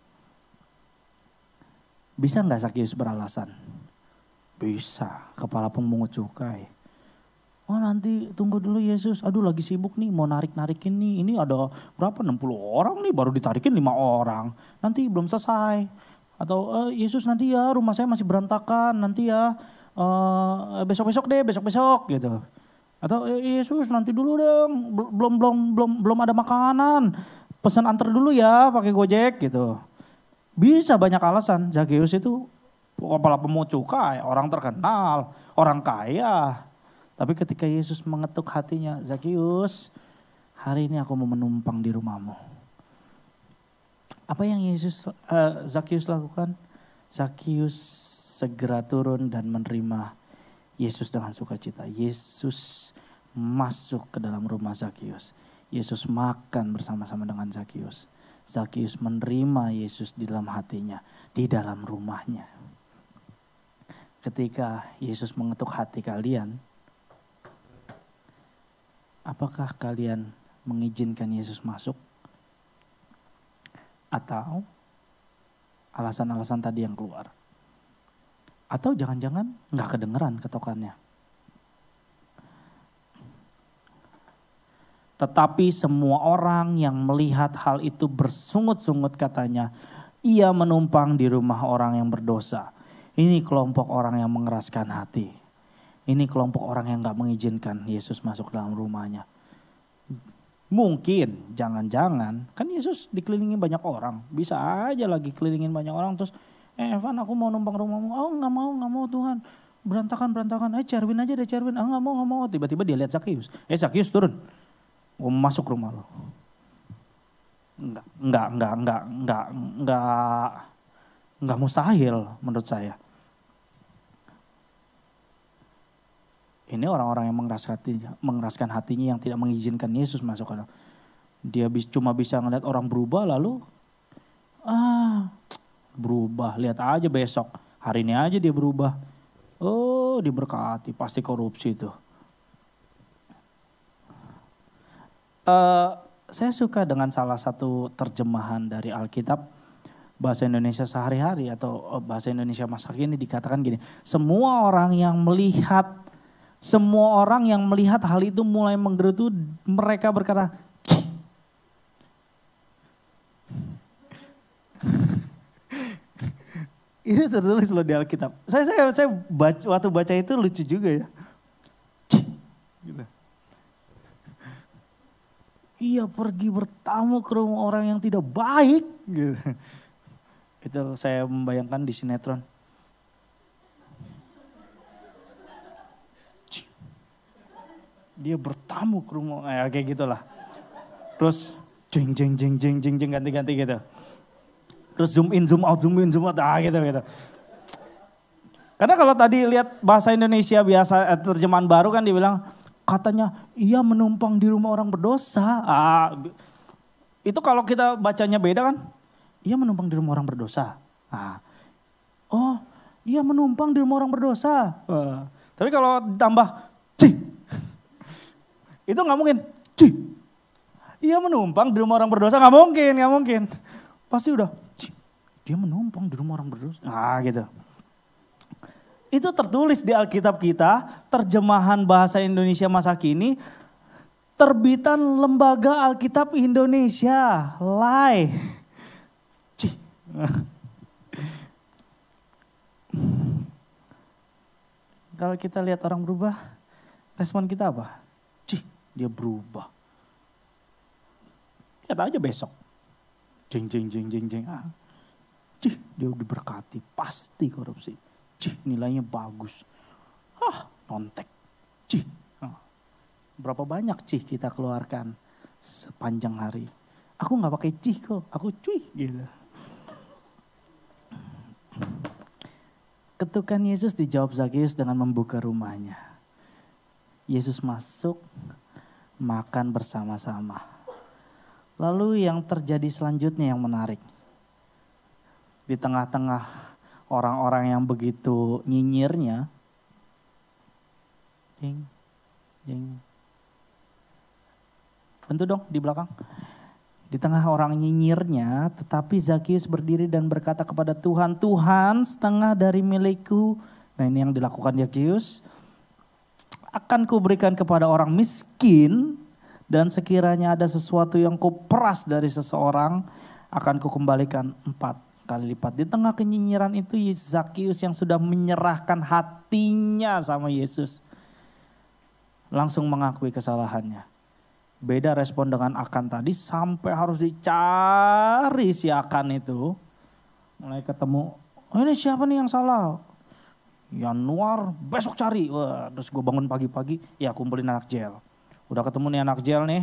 Bisa nggak Zakius beralasan? Bisa, kepala pemungut cukai. Oh nanti tunggu dulu Yesus, aduh lagi sibuk nih mau narik-narikin nih. Ini ada berapa enam puluh orang nih baru ditarikin lima orang. Nanti belum selesai. Atau e, Yesus nanti ya rumah saya masih berantakan nanti ya uh, besok-besok deh besok-besok gitu. Atau e, Yesus nanti dulu dong belum belum belum belum ada makanan. Pesan antar dulu ya pakai Gojek gitu. Bisa banyak alasan. Zakius itu kepala pemungut cukai, orang terkenal, orang kaya. Tapi ketika Yesus mengetuk hatinya, Zakius, hari ini aku mau menumpang di rumahmu. Apa yang Yesus uh, Zakius lakukan? Zakius segera turun dan menerima Yesus dengan sukacita. Yesus masuk ke dalam rumah Zakius. Yesus makan bersama-sama dengan Zakius. Zakius menerima Yesus di dalam hatinya, di dalam rumahnya. Ketika Yesus mengetuk hati kalian, apakah kalian mengizinkan Yesus masuk? Atau alasan-alasan tadi yang keluar? Atau jangan-jangan gak kedengeran ketokannya? Tetapi semua orang yang melihat hal itu bersungut-sungut katanya, ia menumpang di rumah orang yang berdosa. Ini kelompok orang yang mengeraskan hati. Ini kelompok orang yang gak mengizinkan Yesus masuk dalam rumahnya. Mungkin, jangan-jangan, kan Yesus dikelilingi banyak orang. Bisa aja lagi kelilingin banyak orang terus, eh Evan aku mau numpang rumahmu. Oh gak mau, gak mau Tuhan. Berantakan, berantakan. Eh Cerwin aja deh Cerwin. Ah gak mau, gak mau. Tiba-tiba dia lihat Zakius. Eh Zakius turun. Gue masuk rumah lo. Enggak, enggak, enggak, enggak, enggak, enggak, enggak mustahil menurut saya. Ini orang-orang yang mengeraskan hatinya, mengeraskan hatinya yang tidak mengizinkan Yesus masuk ke dalam. Dia bis, cuma bisa ngeliat orang berubah lalu ah berubah. Lihat aja besok, hari ini aja dia berubah. Oh diberkati, pasti korupsi itu. Uh, saya suka dengan salah satu terjemahan dari Alkitab bahasa Indonesia sehari-hari atau bahasa Indonesia masa kini dikatakan gini. Semua orang yang melihat Semua orang yang melihat hal itu mulai menggerutu, mereka berkata, Cih. Itu tertulis loh di Alkitab. Saya saya saya baca, waktu baca itu lucu juga ya. Cih. Gitu. Ia pergi bertamu ke rumah orang yang tidak baik. Gitu. Itu saya membayangkan di sinetron. Dia bertamu ke rumah, eh, kayak gitulah. Terus jeng jeng jeng jeng jeng jeng ganti-ganti gitu. Terus zoom in, zoom out, zoom in, zoom out, ah gitu gitu. Karena kalau tadi lihat bahasa Indonesia biasa terjemahan baru kan dibilang katanya ia menumpang di rumah orang berdosa. Ah, itu kalau kita bacanya beda kan, ia menumpang di rumah orang berdosa. Ah, oh, ia menumpang di rumah orang berdosa. Ah, tapi kalau ditambah cih. Itu gak mungkin, cih, ia menumpang di rumah orang berdosa, gak mungkin, gak mungkin. Pasti udah, cih, dia menumpang di rumah orang berdosa, nah gitu. Itu tertulis di Alkitab kita, terjemahan bahasa Indonesia masa kini, terbitan Lembaga Alkitab Indonesia, L A I. Cih. Kalau kita lihat orang berubah, respon kita apa? Cih. Dia berubah. Lihat aja besok. Jeng jeng jeng jeng jeng. Ah. Cih, dia diberkati. Pasti korupsi. Cih, nilainya bagus. Ah, nontek. Cih. Ah. Berapa banyak cih kita keluarkan sepanjang hari. Aku gak pakai cih kok. Aku cuy gitu. Ketukan Yesus dijawab Zakheus dengan membuka rumahnya. Yesus masuk, makan bersama-sama. Lalu yang terjadi selanjutnya yang menarik. Di tengah-tengah orang-orang yang begitu nyinyirnya. Jing, jing. Bantu dong di belakang. Di tengah orang nyinyirnya, tetapi Zakheus berdiri dan berkata kepada Tuhan, Tuhan setengah dari milikku. Nah ini yang dilakukan Zakheus. Akan kuberikan kepada orang miskin dan sekiranya ada sesuatu yang kau peras dari seseorang akan kukembalikan empat kali lipat. Di tengah kenyinyiran itu Zakheus yang sudah menyerahkan hatinya sama Yesus langsung mengakui kesalahannya. Beda respon dengan Akan tadi, sampai harus dicari si Akan itu. Mulai ketemu, oh ini siapa nih yang salah? Januar besok cari. Wah, terus gue bangun pagi-pagi, ya kumpulin anak jail. Udah ketemu nih anak jail nih.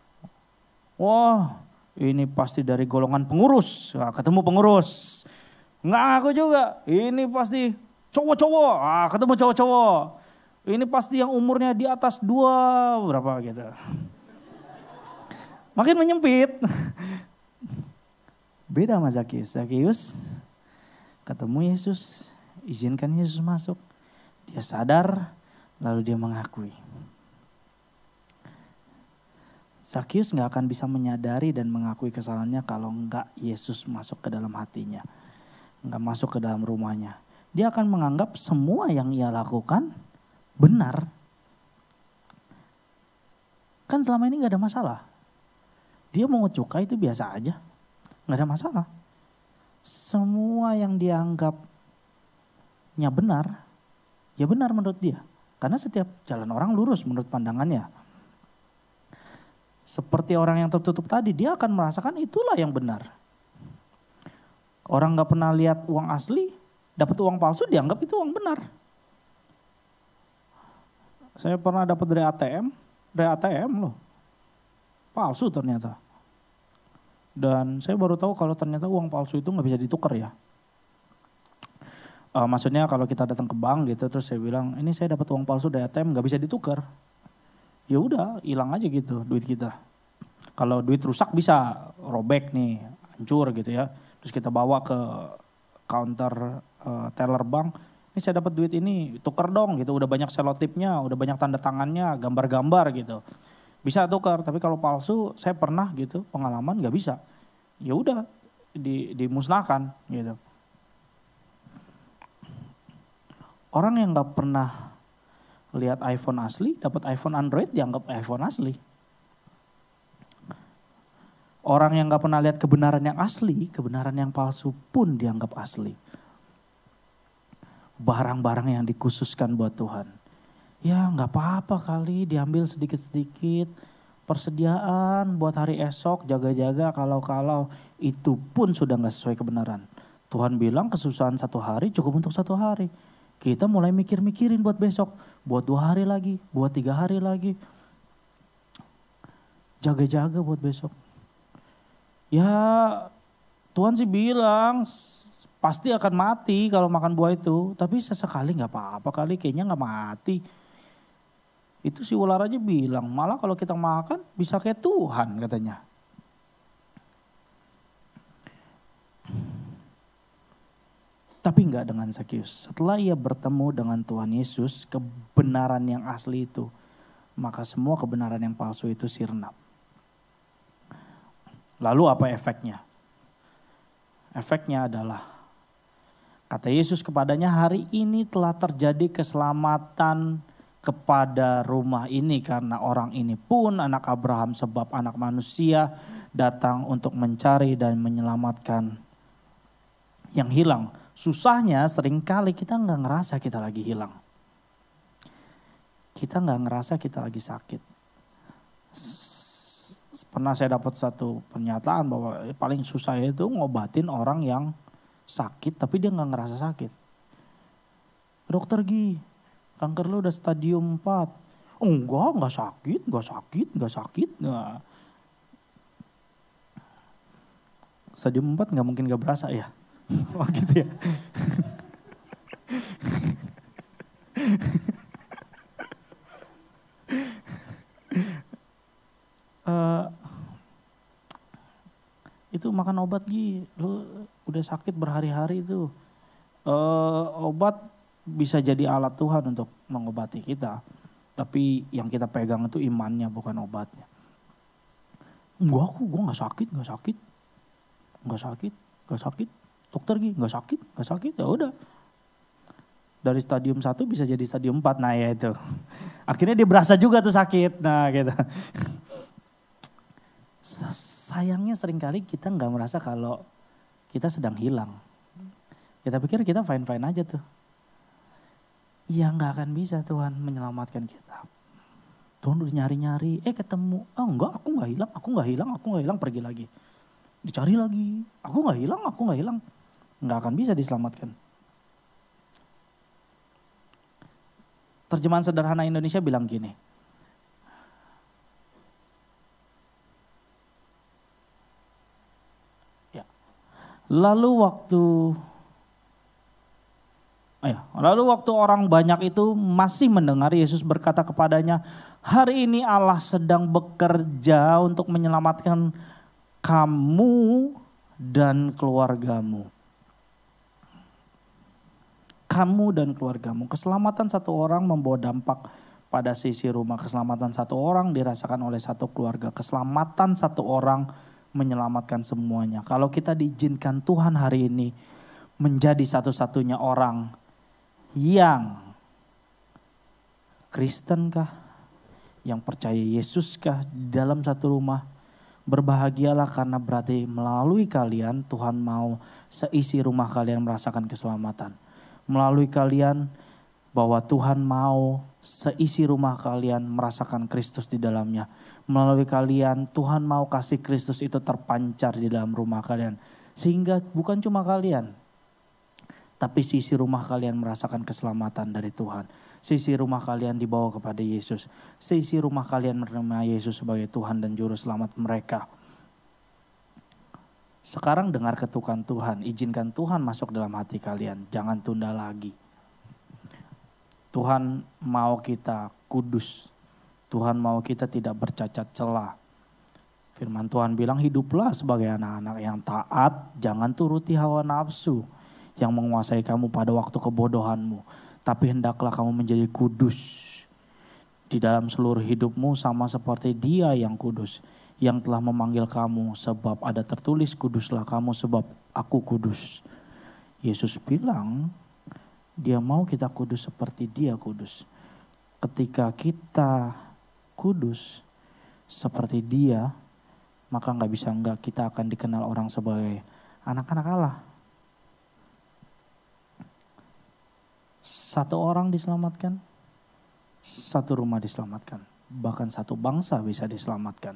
Wah ini pasti dari golongan pengurus. Nah, ketemu pengurus. Nggak aku juga. Ini pasti cowok-cowok. Ah, ketemu cowok-cowok. Ini pasti yang umurnya di atas dua berapa gitu. Makin menyempit. Beda sama Zakheus. Zakheus ketemu Yesus. Izinkan Yesus masuk. Dia sadar lalu dia mengakui. Zakheus gak akan bisa menyadari dan mengakui kesalahannya kalau enggak Yesus masuk ke dalam hatinya. Enggak masuk ke dalam rumahnya. Dia akan menganggap semua yang ia lakukan benar. Kan selama ini gak ada masalah. Dia mau cukai itu biasa aja. Gak ada masalah. Semua yang dianggapnya benar, ya benar menurut dia. Karena setiap jalan orang lurus menurut pandangannya. Seperti orang yang tertutup tadi, dia akan merasakan itulah yang benar. Orang gak pernah lihat uang asli, dapat uang palsu dianggap itu uang benar. Saya pernah dapat dari A T M, dari A T M loh. Palsu ternyata. Dan saya baru tahu kalau ternyata uang palsu itu gak bisa ditukar ya. Uh, maksudnya kalau kita datang ke bank gitu, terus saya bilang, ini saya dapat uang palsu dari A T M, nggak bisa ditukar. Ya udah, hilang aja gitu duit kita. Kalau duit rusak bisa robek nih, hancur gitu ya. Terus kita bawa ke counter uh, teller bank, ini saya dapat duit ini, tuker dong gitu. Udah banyak selotipnya, udah banyak tanda tangannya, gambar-gambar gitu. Bisa tukar, tapi kalau palsu saya pernah gitu pengalaman nggak bisa. Ya udah, di, dimusnahkan gitu. Orang yang nggak pernah lihat iPhone asli, dapat iPhone Android dianggap iPhone asli. Orang yang nggak pernah lihat kebenaran yang asli, kebenaran yang palsu pun dianggap asli. Barang-barang yang dikhususkan buat Tuhan, ya nggak apa-apa kali diambil sedikit-sedikit. Persediaan buat hari esok, jaga-jaga kalau-kalau, itu pun sudah nggak sesuai kebenaran. Tuhan bilang kesusahan satu hari cukup untuk satu hari. Kita mulai mikir-mikirin buat besok, buat dua hari lagi, buat tiga hari lagi. Jaga-jaga buat besok. Ya Tuhan sih bilang pasti akan mati kalau makan buah itu. Tapi sesekali gak apa-apa kali, kayaknya gak mati. Itu si ular aja bilang, malah kalau kita makan bisa kayak Tuhan katanya. Tapi enggak dengan Zakheus. Setelah ia bertemu dengan Tuhan Yesus, kebenaran yang asli itu, maka semua kebenaran yang palsu itu sirna. Lalu apa efeknya? Efeknya adalah, kata Yesus kepadanya, hari ini telah terjadi keselamatan kepada rumah ini, karena orang ini pun anak Abraham, sebab anak manusia datang untuk mencari dan menyelamatkan yang hilang. Susahnya seringkali kita nggak ngerasa kita lagi hilang. Kita nggak ngerasa kita lagi sakit. Pernah saya dapat satu pernyataan bahwa paling susah itu ngobatin orang yang sakit tapi dia nggak ngerasa sakit. Dokter Gi, kanker lu udah stadium empat. Oh, enggak, nggak sakit, nggak sakit, nggak sakit. Nggak. Stadium empat nggak mungkin nggak berasa ya. Oh gitu ya. uh, itu makan obat Gi, lu udah sakit berhari-hari itu. Uh, obat bisa jadi alat Tuhan untuk mengobati kita. Tapi yang kita pegang itu imannya, bukan obatnya. Enggak, aku gue gak sakit, gak sakit. Gak sakit, gak sakit. Dokter Gi, gak sakit, gak sakit, ya udah. Dari stadium satu bisa jadi stadium empat, nah ya itu. Akhirnya dia berasa juga tuh sakit, nah gitu. Sayangnya seringkali kita gak merasa kalau kita sedang hilang. Kita pikir kita fine-fine aja tuh. Ya gak akan bisa Tuhan menyelamatkan kita. Tuhan udah nyari-nyari, eh ketemu. Oh enggak, aku gak hilang, aku gak hilang, aku gak hilang, pergi lagi. Dicari lagi, aku gak hilang, aku gak hilang. Nggak akan bisa diselamatkan. Terjemahan sederhana Indonesia bilang gini. Ya. Lalu waktu ya, lalu waktu orang banyak itu masih mendengar, Yesus berkata kepadanya, hari ini Allah sedang bekerja untuk menyelamatkan kamu dan keluargamu. Kamu dan keluargamu. Keselamatan satu orang membawa dampak pada sisi rumah. Keselamatan satu orang dirasakan oleh satu keluarga. Keselamatan satu orang menyelamatkan semuanya. Kalau kita diizinkan Tuhan hari ini menjadi satu-satunya orang yang Kristen kah, yang percaya Yesus kah di dalam satu rumah, berbahagialah karena berarti melalui kalian Tuhan mau seisi rumah kalian merasakan keselamatan. Melalui kalian bahwa Tuhan mau seisi rumah kalian merasakan Kristus di dalamnya. Melalui kalian Tuhan mau kasih Kristus itu terpancar di dalam rumah kalian. Sehingga bukan cuma kalian, tapi sisi rumah kalian merasakan keselamatan dari Tuhan. Sisi rumah kalian dibawa kepada Yesus. Sisi rumah kalian menerima Yesus sebagai Tuhan dan Juru Selamat mereka. Sekarang dengar ketukan Tuhan, izinkan Tuhan masuk dalam hati kalian, jangan tunda lagi. Tuhan mau kita kudus, Tuhan mau kita tidak bercacat celah. Firman Tuhan bilang hiduplah sebagai anak-anak yang taat, jangan turuti hawa nafsu yang menguasai kamu pada waktu kebodohanmu. Tapi hendaklah kamu menjadi kudus di dalam seluruh hidupmu sama seperti Dia yang kudus. Yang telah memanggil kamu sebab ada tertulis kuduslah kamu sebab aku kudus. Yesus bilang Dia mau kita kudus seperti Dia kudus. Ketika kita kudus seperti Dia, maka gak bisa enggak kita akan dikenal orang sebagai anak-anak Allah. Satu orang diselamatkan, satu rumah diselamatkan, bahkan satu bangsa bisa diselamatkan.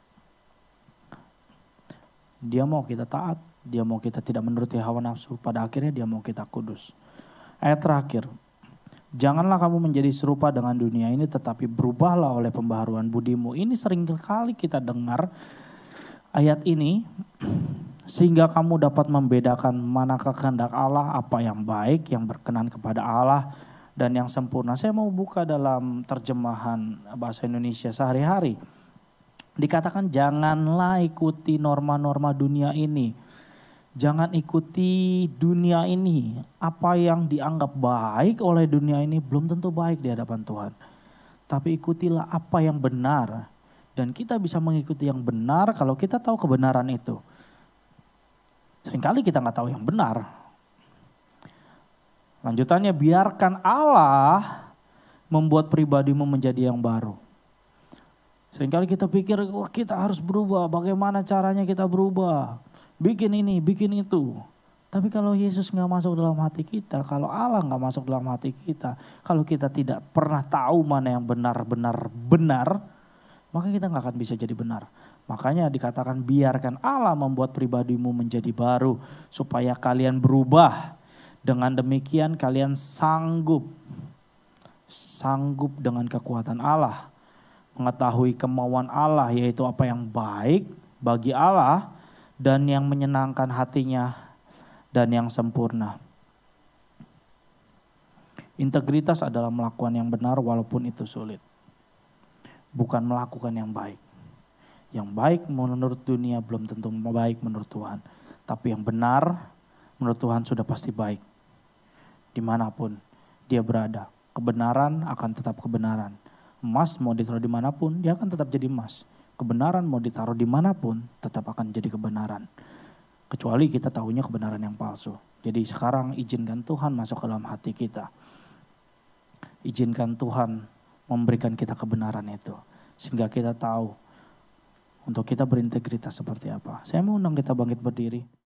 Dia mau kita taat, Dia mau kita tidak menuruti hawa nafsu, pada akhirnya Dia mau kita kudus. Ayat terakhir, janganlah kamu menjadi serupa dengan dunia ini, tetapi berubahlah oleh pembaharuan budimu. Ini sering kali kita dengar ayat ini, sehingga kamu dapat membedakan manakah kehendak Allah, apa yang baik, yang berkenan kepada Allah, dan yang sempurna. Saya mau buka dalam terjemahan bahasa Indonesia sehari-hari. Dikatakan janganlah ikuti norma-norma dunia ini. Jangan ikuti dunia ini. Apa yang dianggap baik oleh dunia ini belum tentu baik di hadapan Tuhan. Tapi ikutilah apa yang benar. Dan kita bisa mengikuti yang benar kalau kita tahu kebenaran itu. Seringkali kita nggak tahu yang benar. Lanjutannya, biarkan Allah membuat pribadimu menjadi yang baru. Seringkali kita pikir, wah kita harus berubah, bagaimana caranya kita berubah. Bikin ini, bikin itu. Tapi kalau Yesus gak masuk dalam hati kita, kalau Allah gak masuk dalam hati kita, kalau kita tidak pernah tahu mana yang benar-benar benar, maka kita gak akan bisa jadi benar. Makanya dikatakan biarkan Allah membuat pribadimu menjadi baru, supaya kalian berubah. Dengan demikian kalian sanggup, sanggup dengan kekuatan Allah. Mengetahui kemauan Allah, yaitu apa yang baik bagi Allah dan yang menyenangkan hatinya dan yang sempurna. Integritas adalah melakukan yang benar walaupun itu sulit. Bukan melakukan yang baik. Yang baik menurut dunia belum tentu baik menurut Tuhan. Tapi yang benar menurut Tuhan sudah pasti baik. Dimanapun dia berada, kebenaran akan tetap kebenaran. Emas mau ditaruh dimanapun, dia akan tetap jadi emas. Kebenaran mau ditaruh dimanapun, tetap akan jadi kebenaran. Kecuali kita tahunya kebenaran yang palsu. Jadi sekarang izinkan Tuhan masuk ke dalam hati kita. Izinkan Tuhan memberikan kita kebenaran itu. Sehingga kita tahu untuk kita berintegritas seperti apa. Saya mau undang kita bangkit berdiri.